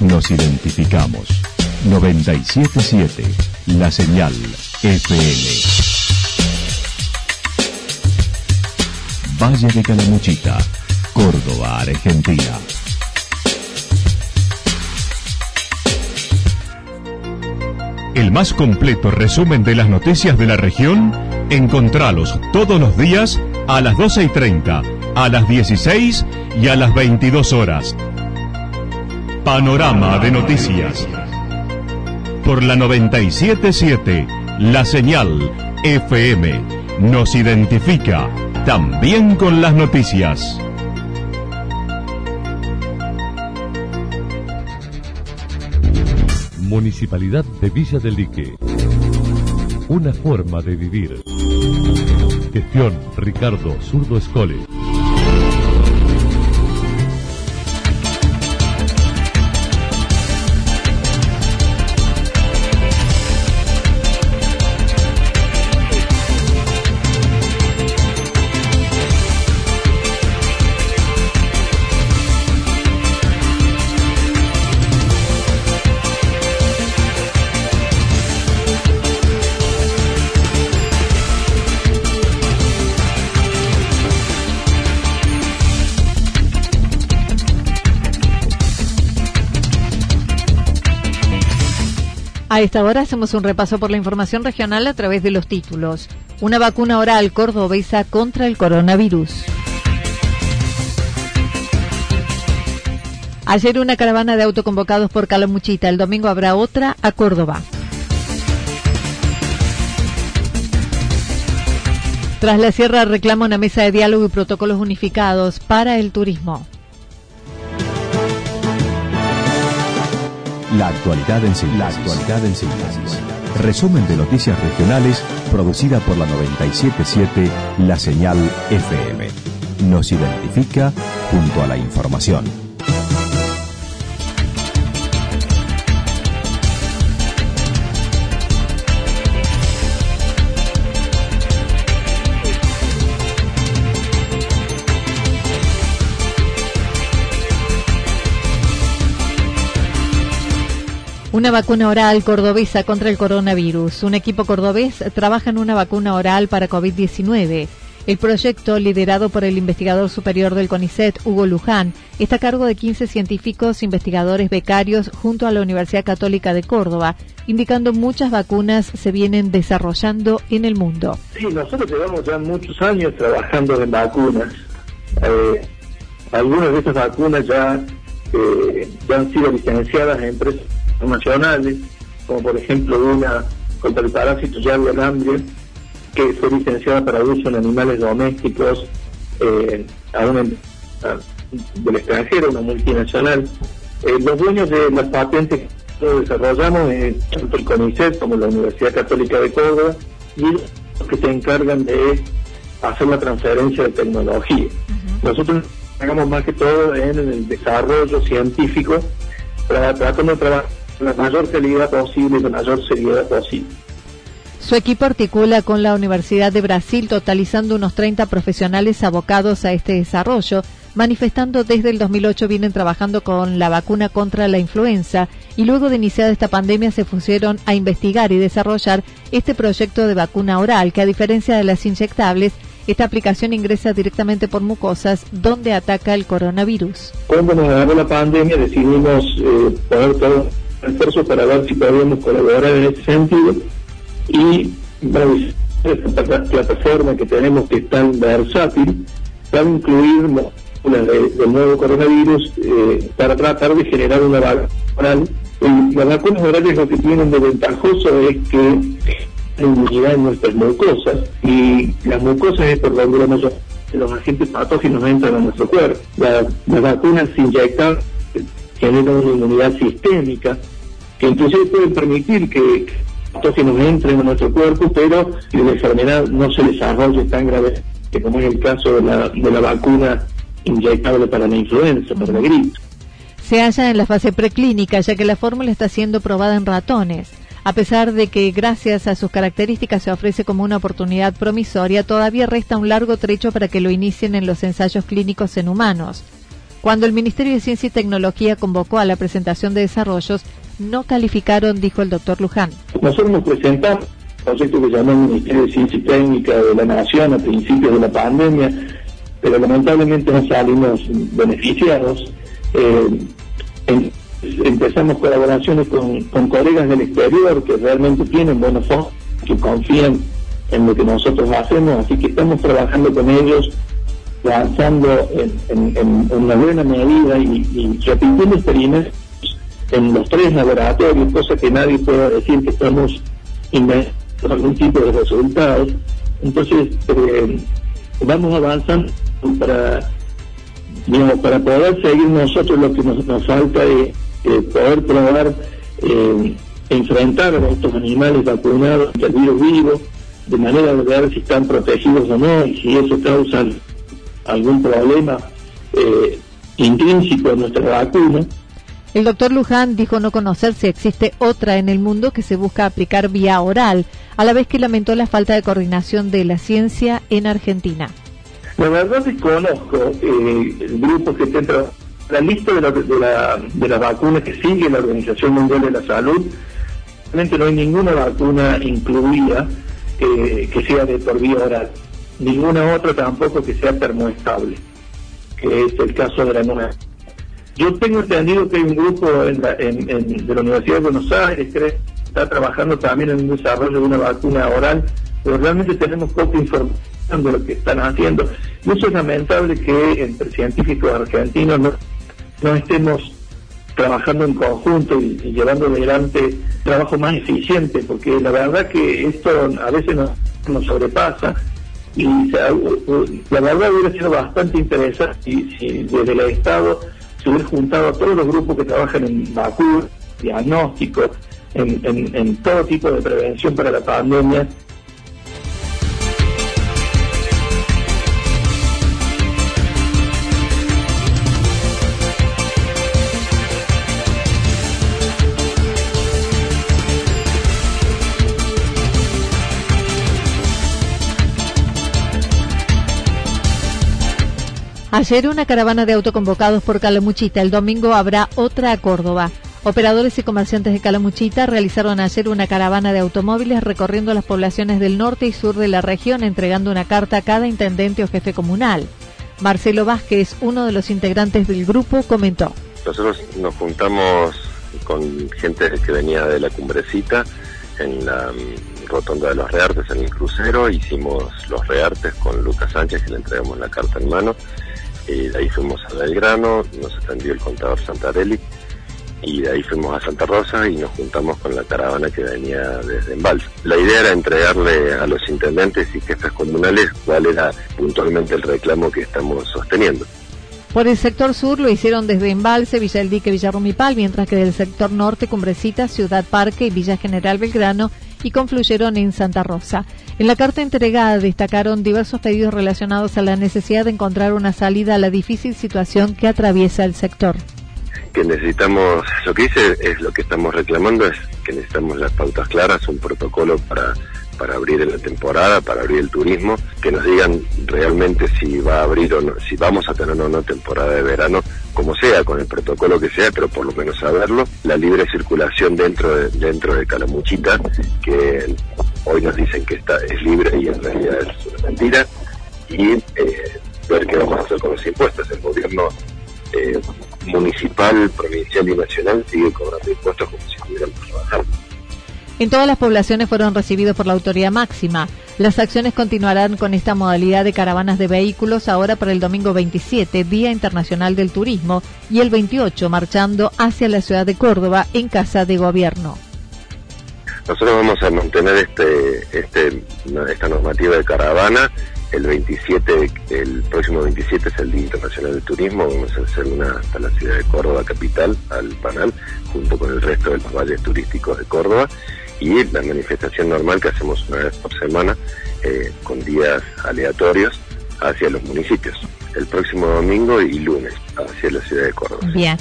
Nos identificamos. 97.7, La Señal FM. Valle de Calamuchita, Córdoba, Argentina. El más completo resumen de las noticias de la región, encontralos todos los días a las 12:30, a las 16 y a las 22 horas. Panorama de Noticias. Por la 97.7, La Señal FM. Nos identifica también con las noticias. Municipalidad de Villa del Lique. Una forma de vivir. Gestión Ricardo Zurdo Escole. A esta hora hacemos un repaso por la información regional a través de los títulos. Una vacuna oral cordobesa contra el coronavirus. Ayer una caravana de autoconvocados por Calamuchita. El domingo habrá otra a Córdoba. Tras la Sierra reclama una mesa de diálogo y protocolos unificados para el turismo. La actualidad en síntesis. Resumen de noticias regionales producida por la 97.7 La Señal FM. Nos identifica junto a la información. Una vacuna oral cordobesa contra el coronavirus. Un equipo cordobés trabaja en una vacuna oral para COVID-19. El proyecto, liderado por el investigador superior del CONICET, Hugo Luján, está a cargo de 15 científicos investigadores becarios junto a la Universidad Católica de Córdoba, indicando muchas vacunas se vienen desarrollando en el mundo. Sí, nosotros llevamos ya muchos años trabajando en vacunas. Algunas de estas vacunas ya han sido licenciadas en empresas nacionales, como por ejemplo una contra el parásito Yerba Gambia, que fue licenciada para uso en animales domésticos a una empresa del extranjero, una multinacional. Los dueños de las patentes que nosotros desarrollamos, tanto el CONICET como la Universidad Católica de Córdoba, y los que se encargan de hacer la transferencia de tecnología. Nosotros trabajamos más que todo en el desarrollo científico, tratando de trabajar con la mayor calidad posible y la mayor seriedad posible. Su equipo articula con la Universidad de Brasil, totalizando unos 30 profesionales abocados a este desarrollo, manifestando desde el 2008 vienen trabajando con la vacuna contra la influenza y luego de iniciada esta pandemia se pusieron a investigar y desarrollar este proyecto de vacuna oral que, a diferencia de las inyectables, esta aplicación ingresa directamente por mucosas donde ataca el coronavirus. Cuando nos agarró la pandemia decidimos poner todo el esfuerzo para ver si podíamos colaborar en ese sentido y esta plataforma que tenemos, que es tan versátil, para incluir del nuevo coronavirus para tratar de generar una vacuna oral. Las vacunas orales lo que tienen de ventajoso es que hay inmunidad en nuestras mucosas, y las mucosas es por donde los agentes patógenos entran a nuestro cuerpo. Las vacunas inyectadas generan una inmunidad sistémica que inclusive puede permitir que patógenos entren a nuestro cuerpo, pero que la enfermedad no se desarrolle tan grave como es el caso de la vacuna inyectable para la influenza, para la gripe. Se halla en la fase preclínica, ya que la fórmula está siendo probada en ratones. A pesar de que gracias a sus características se ofrece como una oportunidad promisoria, todavía resta un largo trecho para que lo inicien en los ensayos clínicos en humanos. Cuando el Ministerio de Ciencia y Tecnología convocó a la presentación de desarrollos, no calificaron, dijo el doctor Luján. Nosotros nos presentamos un proyecto que llamó el Ministerio de Ciencia y Técnica de la Nación a principios de la pandemia, pero lamentablemente no salimos beneficiados. Empezamos colaboraciones con colegas del exterior que realmente tienen buenos fondos, que confían en lo que nosotros hacemos, así que estamos trabajando con ellos, avanzando en una buena medida y repitiendo experimentos en los 3 laboratorios, cosa que nadie pueda decir que estamos inventando algún tipo de resultados. Entonces vamos avanzando para poder seguir nosotros. Lo que nos falta es poder probar, enfrentar a estos animales vacunados al virus vivo, de manera de ver si están protegidos o no, y si eso causa algún problema intrínseco en nuestra vacuna. El doctor Luján dijo no conocer si existe otra en el mundo que se busca aplicar vía oral, a la vez que lamentó la falta de coordinación de la ciencia en Argentina. La verdad desconozco grupos que estén trabajando. La lista de las vacunas que sigue la Organización Mundial de la Salud, realmente no hay ninguna vacuna incluida que sea de por vía oral. Ninguna otra tampoco que sea termoestable, que es el caso de la nueva. Yo tengo entendido que hay un grupo de la Universidad de Buenos Aires que está trabajando también en un desarrollo de una vacuna oral, pero realmente tenemos poca información de lo que están haciendo. Y eso es lamentable que entre científicos argentinos no estemos trabajando en conjunto y llevando adelante trabajo más eficiente, porque la verdad que esto a veces nos sobrepasa. Y la verdad hubiera sido bastante interesante si desde el Estado se hubiera juntado a todos los grupos que trabajan en vacunas, diagnósticos, en todo tipo de prevención para la pandemia. Ayer una caravana de autoconvocados por Calamuchita, el domingo habrá otra a Córdoba. Operadores y comerciantes de Calamuchita realizaron ayer una caravana de automóviles recorriendo las poblaciones del norte y sur de la región, entregando una carta a cada intendente o jefe comunal. Marcelo Vázquez, uno de los integrantes del grupo, comentó. Nosotros nos juntamos con gente que venía de la Cumbrecita en la rotonda de los Reartes, en el crucero. Hicimos los Reartes con Lucas Sánchez, que le entregamos la carta en mano. De ahí fuimos a Belgrano, nos atendió el contador Santarelli, y de ahí fuimos a Santa Rosa y nos juntamos con la caravana que venía desde Embalse. La idea era entregarle a los intendentes y jefes comunales cuál era puntualmente el reclamo que estamos sosteniendo. Por el sector sur lo hicieron desde Embalse, Villa El Dique, Villa Rumipal, mientras que del sector norte, Cumbrecita, Ciudad Parque y Villa General Belgrano, y confluyeron en Santa Rosa. En la carta entregada destacaron diversos pedidos relacionados a la necesidad de encontrar una salida a la difícil situación que atraviesa el sector. Que necesitamos, lo que dice es lo que estamos reclamando, es que necesitamos las pautas claras, un protocolo para abrir la temporada, para abrir el turismo, que nos digan realmente si va a abrir o no, si vamos a tener o no temporada de verano, como sea, con el protocolo que sea, pero por lo menos saberlo. La libre circulación dentro de Calamuchita, que hoy nos dicen que es libre y en realidad es una mentira, y ver qué vamos a hacer con los impuestos. El gobierno municipal, provincial y nacional sigue cobrando impuestos como si estuviéramos trabajando. En todas las poblaciones fueron recibidos por la autoridad máxima. Las acciones continuarán con esta modalidad de caravanas de vehículos ahora para el domingo 27, Día Internacional del Turismo, y el 28, marchando hacia la ciudad de Córdoba en Casa de Gobierno. Nosotros vamos a mantener esta normativa de caravana. El próximo 27 es el Día Internacional del Turismo. Vamos a hacer una hasta la ciudad de Córdoba capital, al Panal, junto con el resto de los valles turísticos de Córdoba, y la manifestación normal que hacemos una vez por semana, con días aleatorios hacia los municipios, el próximo domingo y lunes hacia la ciudad de Córdoba. Bien.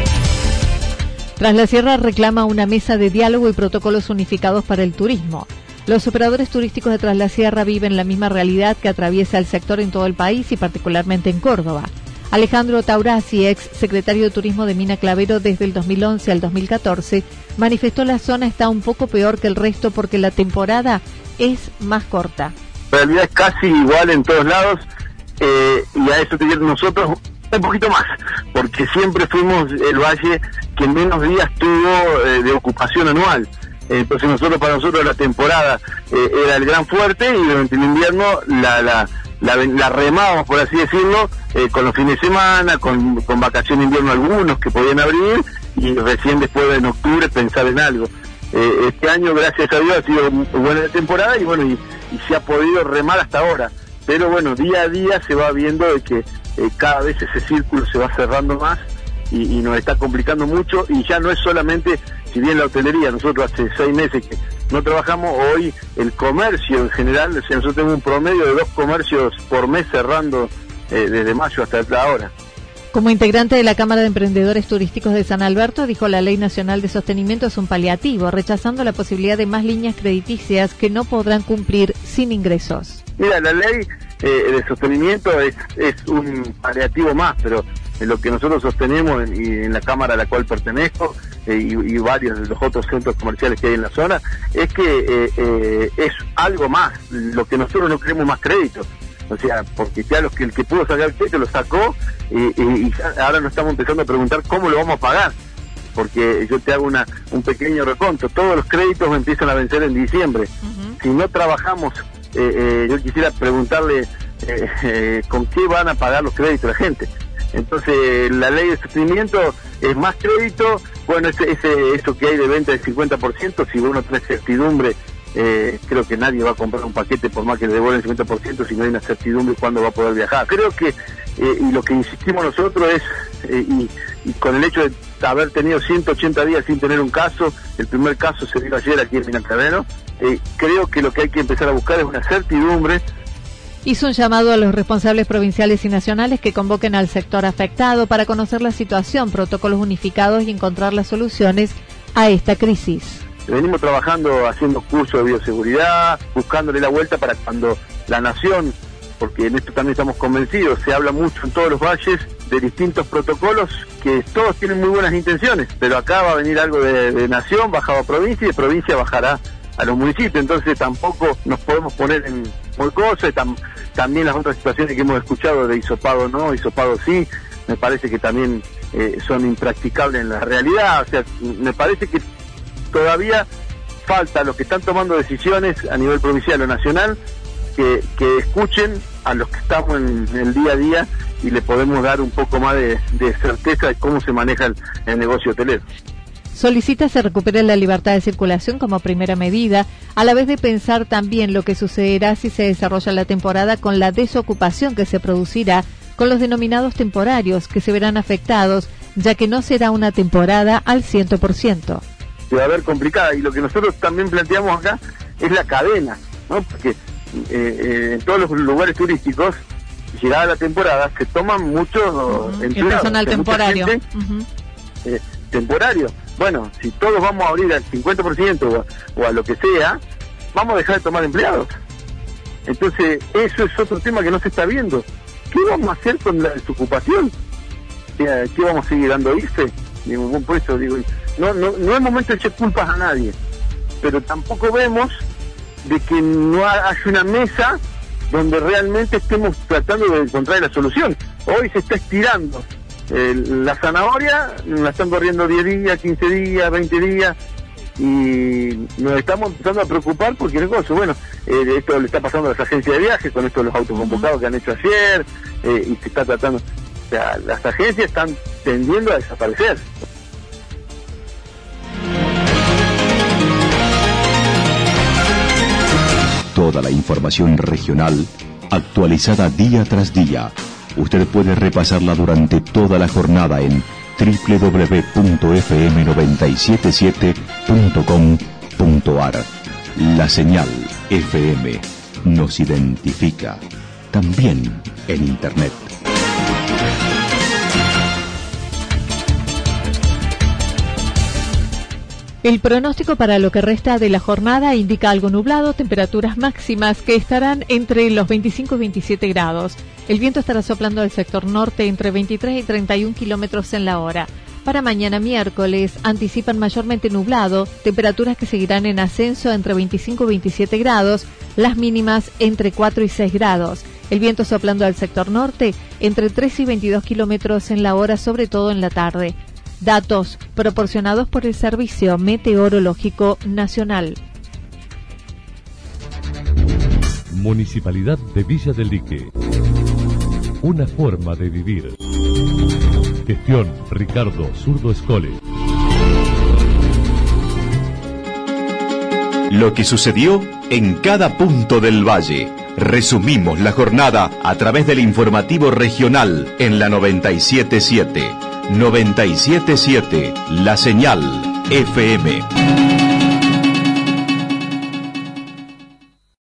Tras la Sierra reclama una mesa de diálogo y protocolos unificados para el turismo. Los operadores turísticos de Traslasierra viven la misma realidad que atraviesa el sector en todo el país y particularmente en Córdoba. Alejandro Taurasi, ex secretario de Turismo de Mina Clavero desde el 2011 al 2014, manifestó la zona está un poco peor que el resto porque la temporada es más corta. La realidad es casi igual en todos lados y a eso te digo nosotros un poquito más, porque siempre fuimos el valle que menos días tuvo de ocupación anual. Entonces para nosotros la temporada era el gran fuerte y durante el invierno la remábamos, por así decirlo, con los fines de semana, con vacaciones de invierno algunos que podían abrir y recién después en octubre pensar en algo. Este año, gracias a Dios, ha sido buena la temporada y bueno, y se ha podido remar hasta ahora. Pero bueno, día a día se va viendo de que cada vez ese círculo se va cerrando más y nos está complicando mucho y ya no es solamente, si bien la hotelería, nosotros hace 6 meses que no trabajamos, hoy el comercio en general, o sea, nosotros tenemos un promedio de 2 comercios por mes cerrando desde mayo hasta ahora. Como integrante de la Cámara de Emprendedores Turísticos de San Alberto, dijo la Ley Nacional de Sostenimiento es un paliativo, rechazando la posibilidad de más líneas crediticias que no podrán cumplir sin ingresos. Mira, la ley de sostenimiento es un paliativo más, pero en lo que nosotros sostenemos y en la Cámara a la cual pertenezco y varios de los otros centros comerciales que hay en la zona, es que es algo más, lo que nosotros no queremos más crédito. O sea, porque ya el que pudo sacar el crédito lo sacó y ahora nos estamos empezando a preguntar cómo lo vamos a pagar. Porque yo te hago un pequeño reconto, todos los créditos empiezan a vencer en diciembre. Si no trabajamos, yo quisiera preguntarle con qué van a pagar los créditos la gente. Entonces, la ley de sostenimiento es más crédito, bueno, eso que hay de venta del 50%, si uno tiene certidumbre, creo que nadie va a comprar un paquete por más que le devuelvan el 50% si no hay una certidumbre cuándo va a poder viajar. Creo que, y lo que insistimos nosotros es, y con el hecho de haber tenido 180 días sin tener un caso, el primer caso se dio ayer aquí en Mina Clavero, creo que lo que hay que empezar a buscar es una certidumbre. Hizo un llamado a los responsables provinciales y nacionales que convoquen al sector afectado para conocer la situación, protocolos unificados y encontrar las soluciones a esta crisis. Venimos trabajando, haciendo cursos de bioseguridad, buscándole la vuelta para cuando la nación, porque en esto también estamos convencidos, se habla mucho en todos los valles de distintos protocolos que todos tienen muy buenas intenciones, pero acá va a venir algo de nación, bajaba a provincia y de provincia bajará a los municipios, entonces tampoco nos podemos poner en muy cosas, también las otras situaciones que hemos escuchado de hisopado no, hisopado sí, me parece que también son impracticables en la realidad, o sea, me parece que todavía falta a los que están tomando decisiones a nivel provincial o nacional que escuchen a los que estamos en el día a día y le podemos dar un poco más de certeza de cómo se maneja el negocio hotelero. Solicita se recupere la libertad de circulación como primera medida, a la vez de pensar también lo que sucederá si se desarrolla la temporada con la desocupación que se producirá con los denominados temporarios que se verán afectados, ya que no será una temporada al 100%. Se va a ver complicada y lo que nosotros también planteamos acá es la cadena, ¿no? Porque en todos los lugares turísticos, llegada la temporada, se toman muchos empleados. El personal temporario. Temporario. Bueno, si todos vamos a abrir al 50% o a lo que sea, vamos a dejar de tomar empleados. Entonces, eso es otro tema que no se está viendo. ¿Qué vamos a hacer con la desocupación? ¿Qué vamos a seguir dando IFE? Por eso digo, no es momento de echar culpas a nadie, pero tampoco vemos de que no haya una mesa donde realmente estemos tratando de encontrar la solución. Hoy se está estirando la zanahoria, la están corriendo 10 días, 15 días, 20 días y nos estamos empezando a preocupar porque el negocio, bueno, esto le está pasando a las agencias de viajes con esto de los autoconvocados que han hecho ayer y se está tratando, o sea, las agencias están tendiendo a desaparecer. Toda la información regional actualizada día tras día. Usted puede repasarla durante toda la jornada en www.fm977.com.ar. La señal FM nos identifica también en Internet. El pronóstico para lo que resta de la jornada indica algo nublado, temperaturas máximas que estarán entre los 25 y 27 grados. El viento estará soplando del sector norte entre 23 y 31 kilómetros en la hora. Para mañana miércoles anticipan mayormente nublado, temperaturas que seguirán en ascenso entre 25 y 27 grados, las mínimas entre 4 y 6 grados. El viento soplando al sector norte entre 3 y 22 kilómetros en la hora, sobre todo en la tarde. Datos proporcionados por el Servicio Meteorológico Nacional. Municipalidad de Villa del Lique. Una forma de vivir. Gestión Ricardo Zurdo Escole. Lo que sucedió en cada punto del valle. Resumimos la jornada a través del informativo regional en la 97.7. 97.7, La Señal FM.